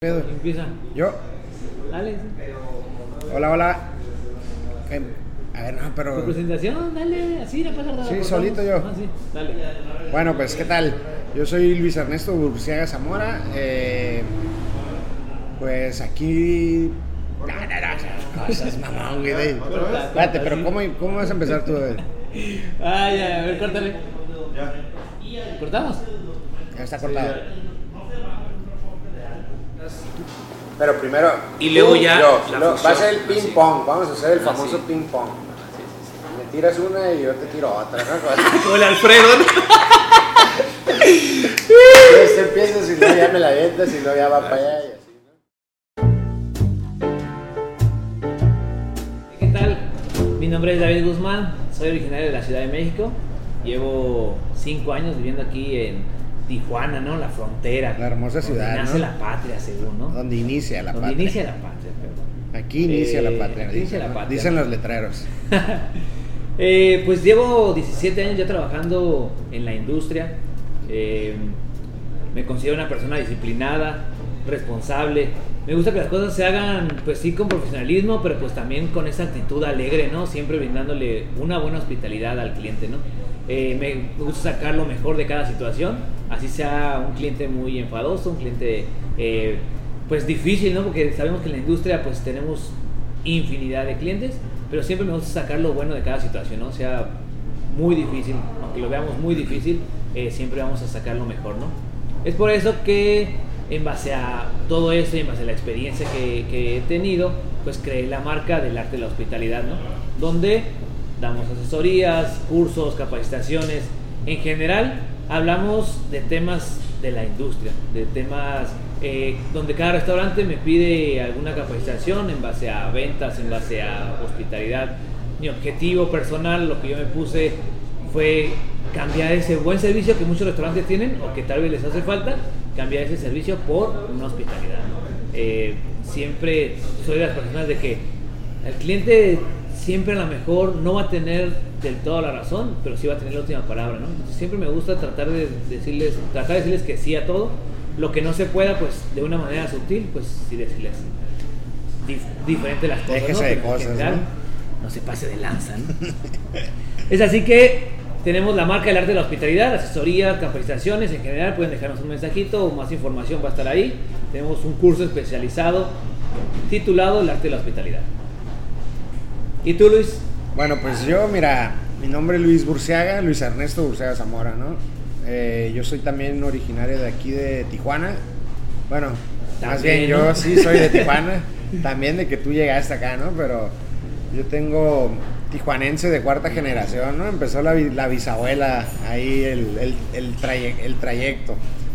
Empieza. Yo. Dale. Hola, hola. A ver, no, Tu pero... presentación, dale, así la pasada. Sí, solito yo. Sí, dale. Bueno, pues, ¿qué tal? Yo soy Luis Ernesto Burciaga Zamora. Pues aquí... No, cosas, mamón, güey. Espérate, pero ¿cómo vas a empezar tú? Ay, a ver, córtale. ¿Cortamos? Ya está cortado. Pero primero... Y luego ya va a ser el ping pong. Vamos a hacer el famoso ping pong. Me tiras una y yo te tiro otra, ¿no? Como el Alfredo, ¿no? Entonces empiezas y luego ya me la avientas y luego ya va para allá y así, ¿no? ¿Qué tal? Mi nombre es David Guzmán, soy originario de la Ciudad de México. Llevo 5 años viviendo aquí en Tijuana, ¿no? La frontera. La hermosa ciudad, donde nace ¿no? la patria, según, ¿no? Donde inicia la Donde patria. inicia la patria, perdón. Aquí inicia la patria, aquí inicia la patria. Dicen los letreros. Pues llevo 17 años ya trabajando en la industria. Me considero una persona disciplinada, responsable. Me gusta que las cosas se hagan, pues sí, con profesionalismo, pero pues también con esa actitud alegre, ¿no? Siempre brindándole una buena hospitalidad al cliente, ¿no? Me gusta sacar lo mejor de cada situación, así sea un cliente muy enfadoso, un cliente pues difícil, ¿no? Porque sabemos que en la industria pues tenemos infinidad de clientes, pero siempre me gusta sacar lo bueno de cada situación, ¿no? O sea, muy difícil, aunque lo veamos muy difícil, siempre vamos a sacar lo mejor, ¿no? Es por eso que en base a todo eso y en base a la experiencia que he tenido, pues creé la marca del arte de la hospitalidad, ¿no? Donde damos asesorías, cursos, capacitaciones. En general, hablamos de temas de la industria, de temas donde cada restaurante me pide alguna capacitación en base a ventas, en base a hospitalidad. Mi objetivo personal, lo que yo me puse fue cambiar ese buen servicio que muchos restaurantes tienen o que tal vez les hace falta, cambiar ese servicio por una hospitalidad, ¿no? Siempre soy de las personas de que el cliente siempre a lo mejor no va a tener del todo la razón, pero sí va a tener la última palabra, ¿no? Entonces siempre me gusta tratar de decirles que sí a todo. Lo que no se pueda, pues de una manera sutil, pues sí decirles diferente las cosas, Déjese ¿no? de Pero en cosas, general, no se pase de lanza, ¿no? Es así que tenemos la marca del arte de la hospitalidad, asesorías, capacitaciones. En general pueden dejarnos un mensajito o más información va a estar ahí. Tenemos un curso especializado titulado El arte de la hospitalidad. ¿Y tú, Luis? Bueno, pues yo, mira, mi nombre es Luis Burciaga, Luis Ernesto Burciaga Zamora, ¿no? Yo soy también originario de aquí de Tijuana. Bueno, más bien ¿no? yo sí soy de Tijuana. También de que tú llegaste acá, ¿no? Pero yo tengo tijuanense de cuarta generación, ¿no? Empezó la bisabuela ahí el trayecto.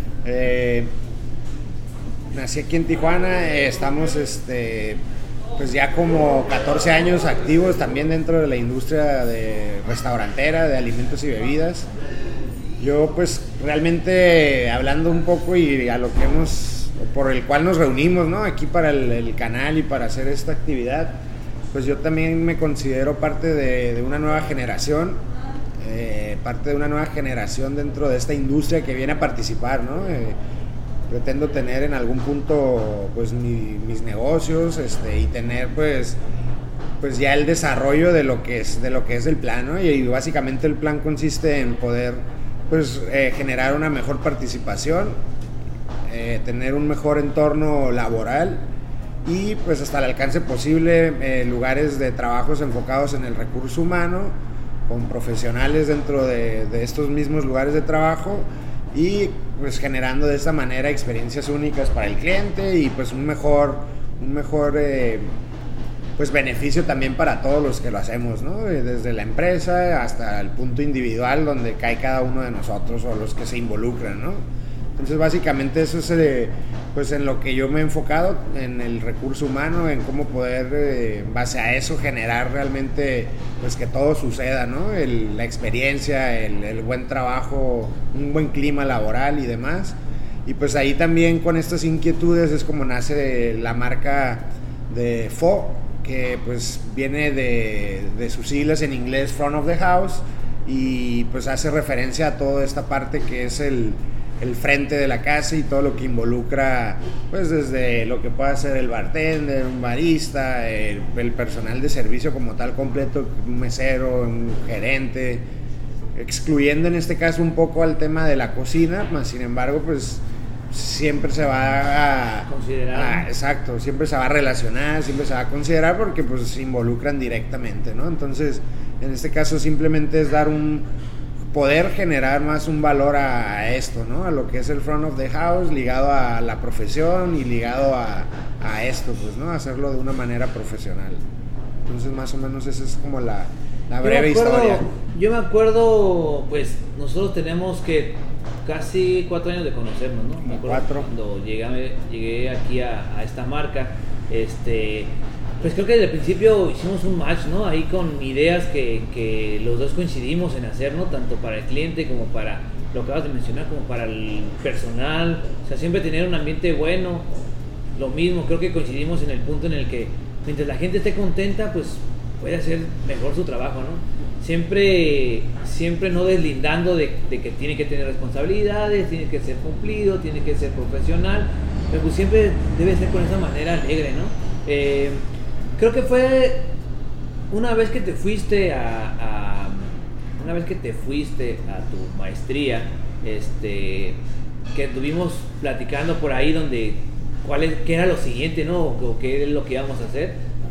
Nací aquí en Tijuana, estamos pues ya como 14 años activos también dentro de la industria de restaurantera, de alimentos y bebidas. Yo pues realmente hablando un poco y a lo que por el cual nos reunimos, ¿no? Aquí para el canal y para hacer esta actividad, pues yo también me considero parte de una nueva generación, parte de una nueva generación dentro de esta industria que viene a participar, ¿no? Pretendo tener en algún punto pues mis negocios y tener pues ya el desarrollo de lo que es el plan, ¿no? Y básicamente el plan consiste en poder pues generar una mejor participación, tener un mejor entorno laboral y pues hasta el alcance posible lugares de trabajos enfocados en el recurso humano con profesionales dentro de estos mismos lugares de trabajo y pues generando de esta manera experiencias únicas para el cliente y pues un mejor pues beneficio también para todos los que lo hacemos, ¿no? Desde la empresa hasta el punto individual donde cae cada uno de nosotros o los que se involucran, ¿no? Entonces básicamente eso es pues en lo que yo me he enfocado, en el recurso humano, en cómo poder en base a eso generar realmente pues que todo suceda, ¿no? La experiencia, el buen trabajo, un buen clima laboral y demás. Y pues ahí también con estas inquietudes es como nace la marca de FO, que pues viene de sus siglas en inglés, Front of the House, y pues hace referencia a toda esta parte que es el frente de la casa y todo lo que involucra, pues desde lo que pueda ser el bartender, un barista, el personal de servicio como tal completo, un mesero, un gerente, excluyendo en este caso un poco al tema de la cocina, más sin embargo pues siempre se va a considerar. Exacto, siempre se va a relacionar, siempre se va a considerar porque pues se involucran directamente, ¿no? Entonces en este caso simplemente es poder generar más un valor a esto, ¿no? A lo que es el front of the house, ligado a la profesión y ligado a esto, pues, ¿no? Hacerlo de una manera profesional. Entonces, más o menos esa es como la breve historia. Yo me acuerdo, pues, nosotros tenemos que casi 4 años de conocernos, ¿no? Me acuerdo 4. Cuando llegué aquí a esta marca, pues creo que desde el principio hicimos un match, ¿no? Ahí con ideas que los dos coincidimos en hacer, ¿no? Tanto para el cliente como para lo que acabas de mencionar, como para el personal. O sea, siempre tener un ambiente bueno. Lo mismo, creo que coincidimos en el punto en el que mientras la gente esté contenta, pues puede hacer mejor su trabajo, ¿no? Siempre no deslindando de que tiene que tener responsabilidades, tiene que ser cumplido, tiene que ser profesional, pero pues siempre debe ser con esa manera alegre, ¿no? Creo que fue una vez que te fuiste a tu maestría, que estuvimos platicando por ahí donde qué era lo siguiente, ¿no? O qué es lo que íbamos a hacer.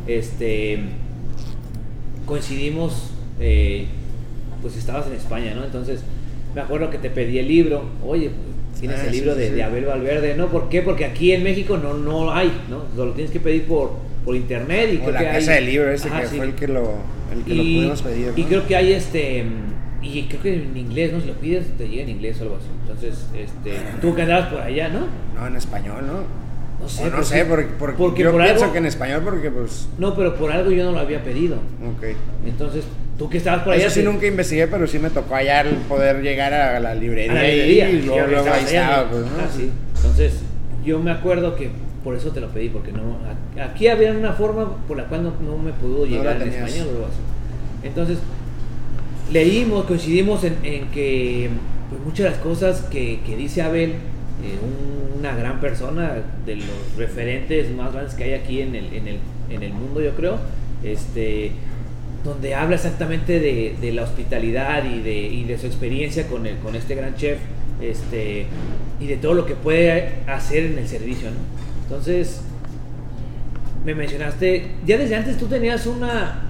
Coincidimos, pues estabas en España, ¿no? Entonces me acuerdo que te pedí el libro. Oye, pues, tienes el libro de Abel Valverde, ¿no? ¿Por qué? Porque aquí en México no hay, ¿no? Lo tienes que pedir por internet y o la casa del libro fue el que lo pudimos pedir, ¿no? Y creo que hay y creo que en inglés, ¿no? Si lo pides te llega en inglés o algo así. Entonces, tú que andabas por allá, ¿no? No, en español, ¿no? No sé, no sé, porque yo pienso que en español porque pues... No, pero por algo yo no lo había pedido. Ok. Entonces, tú que estabas por allá... Eso sí nunca investigué, pero sí me tocó allá el poder llegar a la librería. Y luego ahí estaba, pues, ¿no? Sí. Entonces, yo me acuerdo que por eso te lo pedí, porque no aquí había una forma por la cual no me pudo llegar en español o algo así. Entonces, coincidimos en que pues, muchas de las cosas que dice Abel, una gran persona, de los referentes más grandes que hay aquí en el mundo, yo creo, donde habla exactamente de la hospitalidad y de su experiencia con este gran chef, y de todo lo que puede hacer en el servicio, ¿no? Entonces, me mencionaste, ya desde antes tú tenías una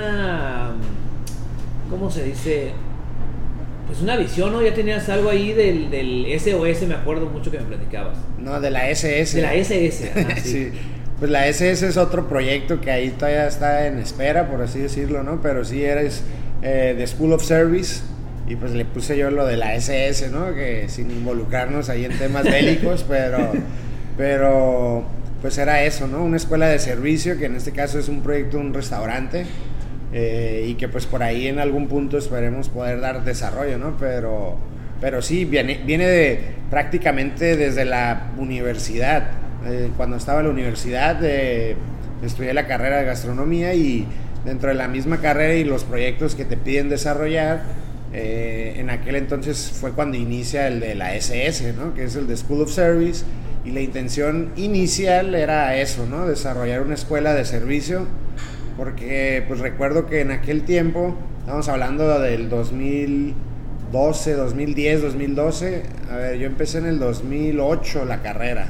¿cómo se dice? Pues una visión, ¿no? Ya tenías algo ahí del SOS, me acuerdo mucho que me platicabas. No, de la SS. De la SS, sí. Sí. Pues la SS es otro proyecto que ahí todavía está en espera, por así decirlo, ¿no? Pero sí eres de School of Service y pues le puse yo lo de la SS, ¿no? Que sin involucrarnos ahí en temas bélicos, pero pues era eso, ¿no? Una escuela de servicio, que en este caso es un proyecto de un restaurante. Y que pues por ahí en algún punto esperemos poder dar desarrollo, ¿no? Pero sí, viene prácticamente desde la universidad. Cuando estaba en la universidad estudié la carrera de gastronomía y dentro de la misma carrera y los proyectos que te piden desarrollar, en aquel entonces fue cuando inicia el de la SS, ¿no? Que es el de School of Service, y la intención inicial era eso, ¿no? Desarrollar una escuela de servicio. Porque pues recuerdo que en aquel tiempo, estamos hablando del 2012, 2010, 2012, a ver, yo empecé en el 2008 la carrera.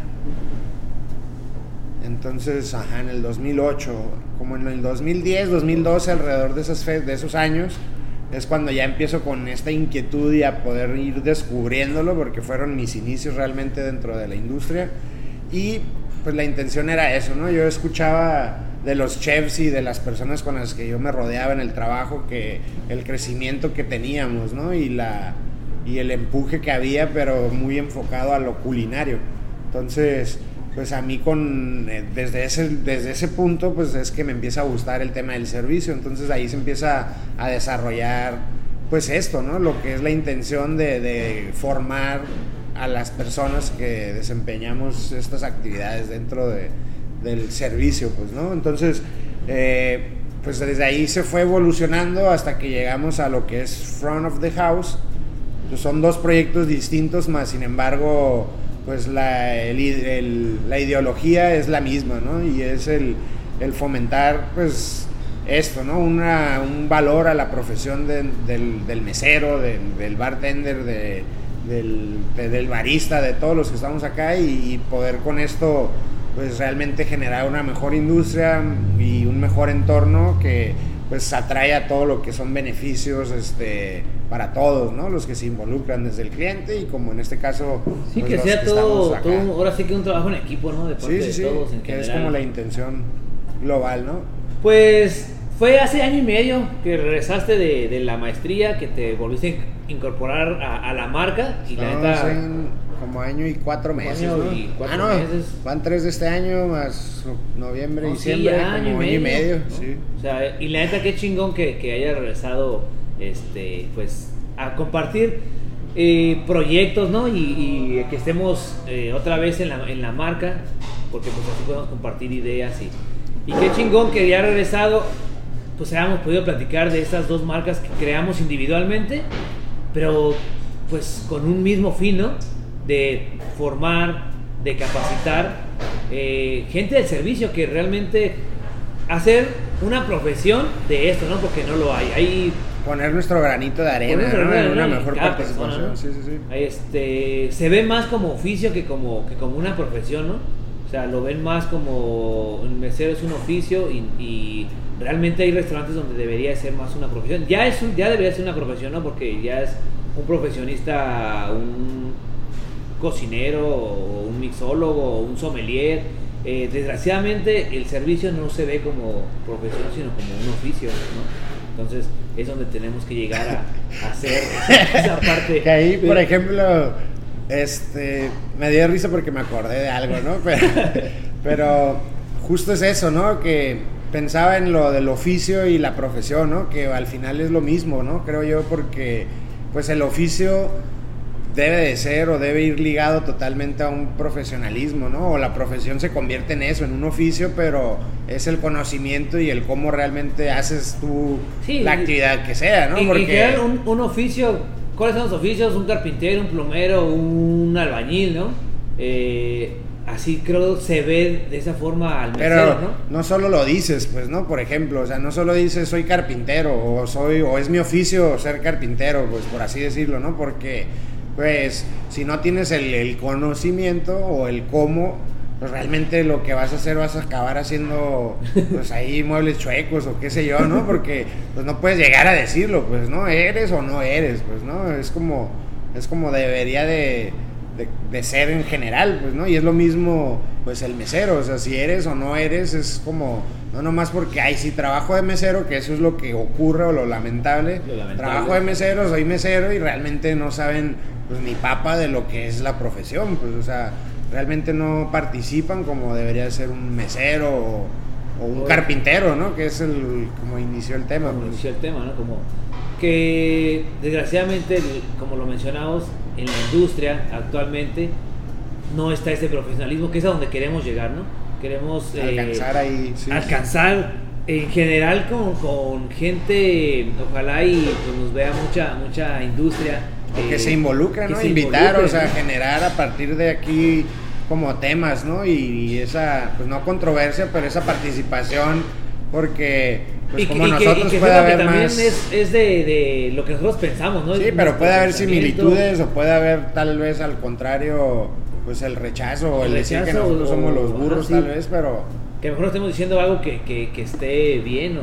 Entonces, en el 2008, como en el 2010, 2012, alrededor de esos años, es cuando ya empiezo con esta inquietud y a poder ir descubriéndolo, porque fueron mis inicios realmente dentro de la industria. Y pues la intención era eso, ¿no? Yo escuchaba de los chefs y de las personas con las que yo me rodeaba en el trabajo, que el crecimiento que teníamos, ¿no? Y el empuje que había, pero muy enfocado a lo culinario. Entonces, pues a mí desde ese punto, pues es que me empieza a gustar el tema del servicio. Entonces ahí se empieza a desarrollar, pues esto, ¿no? Lo que es la intención de formar a las personas que desempeñamos estas actividades dentro del servicio, pues, ¿no? Entonces, pues desde ahí se fue evolucionando hasta que llegamos a lo que es front of the house, pues son dos proyectos distintos, más sin embargo, pues la ideología es la misma, ¿no? Y es el fomentar, pues, esto, ¿no? Un valor a la profesión del mesero, del bartender, del barista, de todos los que estamos acá, y poder con esto, pues, realmente generar una mejor industria y un mejor entorno que, pues, atrae a todo lo que son beneficios para todos, ¿no? Los que se involucran, desde el cliente y, como en este caso, sí, pues, que sea que todo, ahora sí que un trabajo en equipo, ¿no? De parte de todos en general. Es como la intención global, ¿no? Pues fue hace año y medio que regresaste de la maestría, que te volviste a incorporar a la marca. Y la neta, como año y 4 meses, año ¿no? y 4 meses. Van 3 de este año, más noviembre, Sí, diciembre, como año y medio, ¿no? sí. O sea, y la neta, qué chingón que haya regresado, pues, a compartir proyectos, ¿no? Y que estemos otra vez en la marca, porque pues así podemos compartir ideas y qué chingón que ya regresado, pues hayamos podido platicar de estas dos marcas que creamos individualmente, pero pues con un mismo fin, ¿no? De formar, de capacitar gente del servicio, que realmente hacer una profesión de esto, ¿no? Porque no lo hay. Poner nuestro granito de arena, ¿no? En una mejor participación. Persona, ¿no? Sí. Se ve más como oficio que como una profesión, ¿no? O sea, lo ven más como el mesero es un oficio y realmente hay restaurantes donde debería ser más una profesión. Ya debería ser una profesión, ¿no? Porque ya es un profesionista, un cocinero, o un mixólogo, o un sommelier. Desgraciadamente el servicio no se ve como profesión, sino como un oficio, ¿no? Entonces es donde tenemos que llegar a hacer esa parte. Que ahí, por ejemplo, me dio risa porque me acordé de algo, ¿no? Pero justo es eso, ¿no? Que pensaba en lo del oficio y la profesión, ¿no? Que al final es lo mismo, ¿no? Creo yo, porque pues el oficio debe de ser o debe ir ligado totalmente a un profesionalismo, ¿no? O la profesión se convierte en eso, en un oficio, pero es el conocimiento y el cómo realmente haces tú la actividad que sea, ¿no? Porque crear un oficio, ¿cuáles son los oficios? Un carpintero, un plomero, un albañil, ¿no? Así creo se ve de esa forma al mesero, pero ¿no? No solo lo dices, pues, ¿no? Por ejemplo, o sea, no solo dices soy carpintero o es mi oficio ser carpintero, pues, por así decirlo, ¿no? Porque pues si no tienes el conocimiento o el cómo, pues realmente lo que vas a hacer, vas a acabar haciendo pues ahí muebles chuecos o qué sé yo, ¿no? Porque pues no puedes llegar a decirlo, pues, ¿no? Eres o no eres, pues, ¿no? Es como debería de ser en general, pues, ¿no? Y es lo mismo, pues, el mesero, o sea, si eres o no eres, es como, no nomás porque, sí, trabajo de mesero, que eso es lo que ocurre o lo lamentable. Trabajo de mesero, soy mesero, y realmente no saben, pues, ni papa de lo que es la profesión, pues, o sea, realmente no participan como debería ser un mesero o un carpintero, ¿no? Que es como inició el tema. Como inició el tema, ¿no? Como que desgraciadamente, como lo mencionamos, en la industria actualmente no está ese profesionalismo, que es a donde queremos llegar, ¿no? Queremos alcanzar ahí, sí, alcanzar en general con gente, ojalá y pues nos vea mucha industria. O que se involucra, ¿no? Invitar, o sea, generar a partir de aquí como temas, ¿no? Y esa, pues no controversia, pero esa participación, porque pues como nosotros puede haber también más... es de lo que nosotros pensamos, ¿no? Sí, pero puede haber similitudes o puede haber tal vez al contrario, pues el rechazo o el decir que nosotros somos los burros, tal vez, pero... Que a lo mejor estemos diciendo algo que esté bien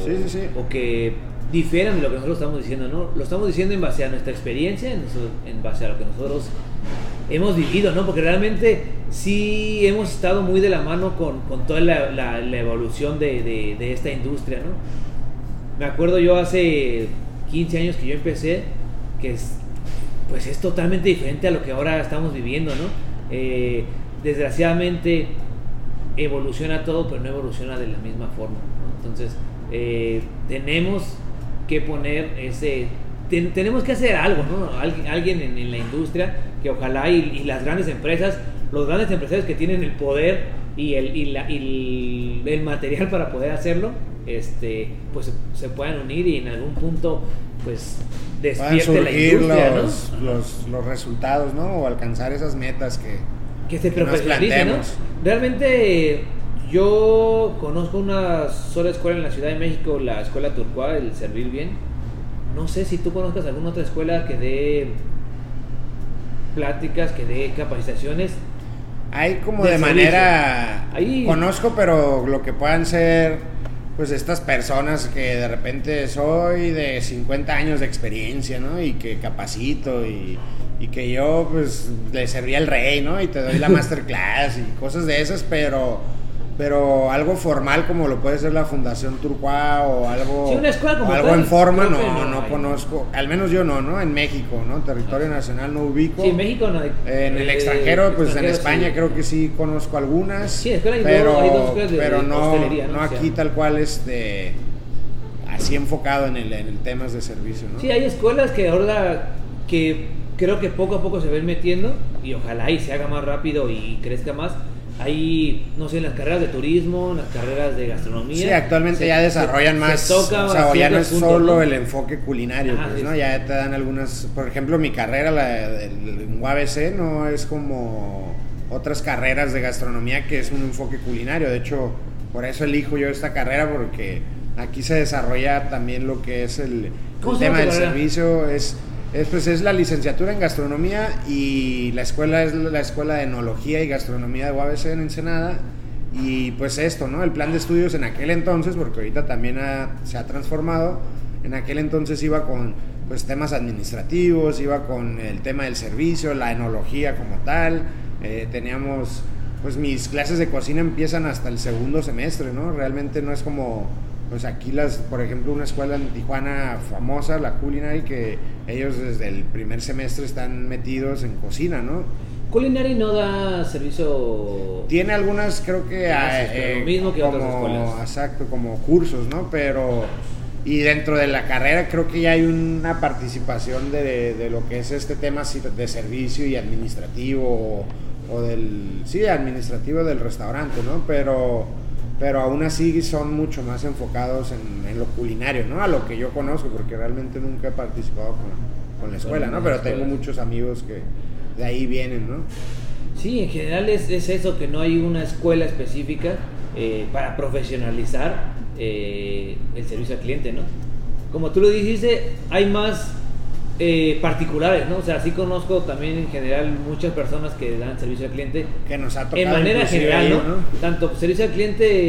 o que difiera de lo que nosotros estamos diciendo, ¿no? Lo estamos diciendo en base a nuestra experiencia, en base a lo que nosotros hemos vivido, ¿no? Porque realmente sí hemos estado muy de la mano con toda la evolución de esta industria, ¿no? Me acuerdo yo hace 15 años que yo empecé, que es totalmente diferente a lo que ahora estamos viviendo, ¿no? Desgraciadamente evoluciona todo, pero no evoluciona de la misma forma, ¿no? Entonces tenemos que poner tenemos que hacer algo, ¿no? Alguien en la industria, que ojalá y las grandes empresas, los grandes empresarios que tienen el poder y el material para poder hacerlo, pues se puedan unir y en algún punto pues puedan despierte la surgir industria, los resultados, ¿no? O alcanzar esas metas que se que nos profesionalice, ¿no? planteemos. Realmente yo conozco una sola escuela en la Ciudad de México, la Escuela Turquoise, el Servir Bien. No sé si tú conozcas alguna otra escuela que dé pláticas, que dé capacitaciones. Hay como de de servicio. manera... Ahí- Conozco, pero lo que puedan ser, pues estas personas que de repente soy de 50 años de experiencia, ¿no? Y que capacito y que yo pues le serví al rey, ¿no? Y te doy la masterclass y cosas de esas, pero algo formal como lo puede ser la Fundación Turquoise o algo, Sí, una escuela como o algo tal, en forma, creo que no hay. conozco, al menos yo no, en México, ¿no? Territorio nacional no ubico. Sí, en México no hay. En el extranjero, pues en extranjero, España sí. creo que sí conozco algunas. Sí, escuela hay pero, dos escuelas de pero no, hostelería, ¿no? no O sea, aquí tal cual así enfocado en el temas de servicio, ¿no? Sí, hay escuelas que ahora que creo que poco a poco se ven metiendo y ojalá y se haga más rápido y crezca más. Hay, no sé, en las carreras de turismo, en las carreras de gastronomía. Sí, actualmente ya desarrollan más, se toca o sea, ya no es ciertos puntos, solo ¿no? el enfoque culinario, Ajá, pues, sí, ¿no? sí. Ya te dan algunas, por ejemplo, mi carrera, en UABC, no es como otras carreras de gastronomía que es un enfoque culinario. De hecho, por eso elijo yo esta carrera, porque aquí se desarrolla también lo que es el ¿Cómo se tema llama del tu carrera? servicio, es la licenciatura en gastronomía y la escuela es la escuela de enología y gastronomía de UABC en Ensenada. Y pues esto, ¿no? El plan de estudios en aquel entonces, porque ahorita también se ha transformado, en aquel entonces iba con pues temas administrativos, iba con el tema del servicio, la enología como tal, teníamos, pues mis clases de cocina empiezan hasta el segundo semestre, ¿no? Realmente no es como, pues aquí por ejemplo, una escuela en Tijuana famosa, la Culinary, que ellos desde el primer semestre están metidos en cocina, ¿no? Culinary no da servicio. Tiene algunas, creo que Clases, pero lo mismo que otras escuelas. Exacto, como cursos, ¿no? Pero y dentro de la carrera creo que ya hay una participación de lo que es este tema de servicio y administrativo o administrativo del restaurante, ¿no? Pero aún así son mucho más enfocados en lo culinario, ¿no? A lo que yo conozco, porque realmente nunca he participado con la escuela, ¿no? Pero tengo muchos amigos que de ahí vienen, ¿no? Sí, en general es eso, que no hay una escuela específica para profesionalizar el servicio al cliente, ¿no? Como tú lo dijiste, hay más particulares, ¿no? O sea, sí conozco también en general muchas personas que dan servicio al cliente. Que nos ha tocado En manera inclusive general, ahí, ¿no? Tanto servicio al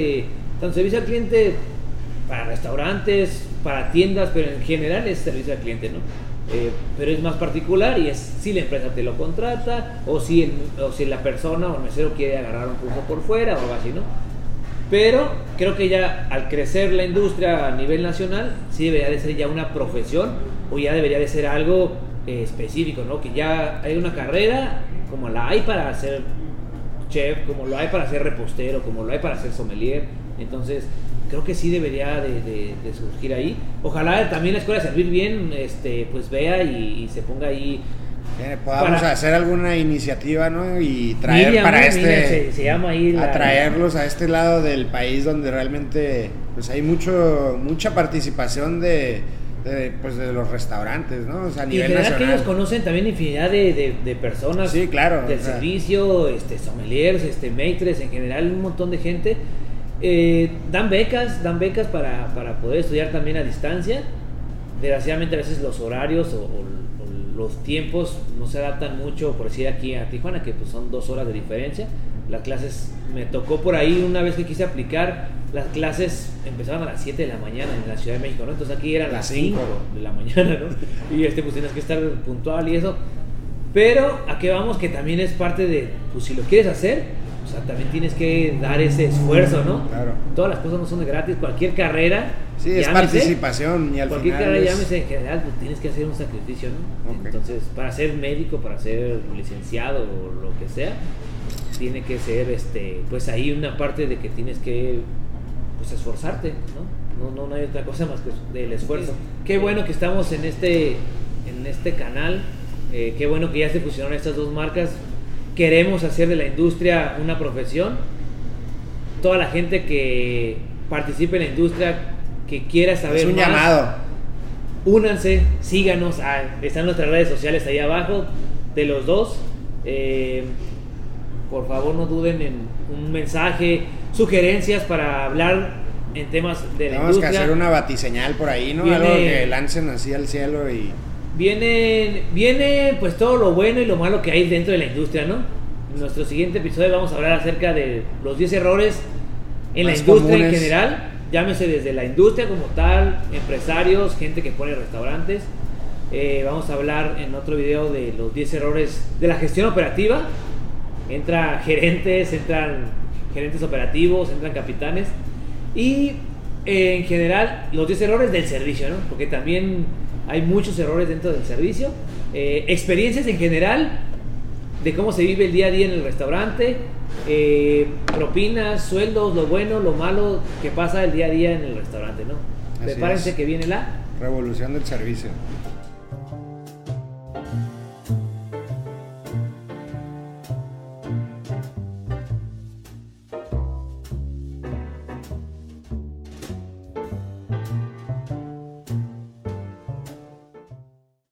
cliente para restaurantes, para tiendas, pero en general es servicio al cliente, ¿no? Pero es más particular y es si la empresa te lo contrata o si la persona o el mesero quiere agarrar un curso por fuera o algo así, ¿no? Pero creo que ya al crecer la industria a nivel nacional sí debería de ser ya una profesión o ya debería de ser algo específico, ¿no? Que ya hay una carrera como la hay para ser chef, como lo hay para ser repostero, como lo hay para ser sommelier. Entonces creo que sí debería de surgir ahí. Ojalá también la escuela Servir Bien pues vea y se ponga ahí. Podamos hacer alguna iniciativa, ¿no? Y traer Miriam, para Miriam, se llama ahí atraerlos a este lado del país donde realmente pues hay mucha participación de los restaurantes, ¿no? O sea, a y en nivel general nacional. que ellos conocen también infinidad de personas, sí, claro, del servicio, sommeliers, maitres, en general un montón de gente. Dan becas para poder estudiar también a distancia. Desgraciadamente a veces los horarios o los tiempos no se adaptan mucho, por decir aquí a Tijuana, que pues son 2 horas de diferencia. Las clases, me tocó por ahí una vez que quise aplicar, las clases empezaban a las 7 de la mañana en la Ciudad de México, ¿no? Entonces aquí eran las 5 de la mañana, ¿no? Y pues tienes que estar puntual y eso. Pero a qué vamos, que también es parte de, pues si lo quieres hacer, o sea, también tienes que dar ese esfuerzo, ¿no? Claro. Todas las cosas no son de gratis, cualquier carrera. Sí, es participación y al cualquier final carrera, llámese en general, pues tienes que hacer un sacrificio, ¿no? Okay. Entonces, para ser médico, para ser licenciado o lo que sea, tiene que ser, pues ahí una parte de que tienes que, pues esforzarte, ¿no? No hay otra cosa más que del esfuerzo. Qué bueno que estamos en este canal, qué bueno que ya se fusionaron estas dos marcas. Queremos hacer de la industria una profesión. Toda la gente que participe en la industria, que quiera saber es un más, llamado. únanse, síganos, están nuestras redes sociales ahí abajo de los dos. Por favor no duden en un mensaje, sugerencias para hablar en temas de la Tenemos industria. que hacer una batiseñal por ahí, ¿no? Algo que lancen así al cielo y... Viene pues todo lo bueno y lo malo que hay dentro de la industria, ¿no? En nuestro siguiente episodio vamos a hablar acerca de los 10 errores en la industria en general, llámese desde la industria como tal, empresarios, gente que pone restaurantes. Vamos a hablar en otro video de los 10 errores de la gestión operativa. Entran gerentes operativos, entran capitanes. Y en general los 10 errores del servicio, ¿no? Porque también hay muchos errores dentro del servicio. Experiencias en general de cómo se vive el día a día en el restaurante. Propinas, sueldos, lo bueno, lo malo que pasa el día a día en el restaurante, ¿no? Prepárense que viene la revolución del servicio.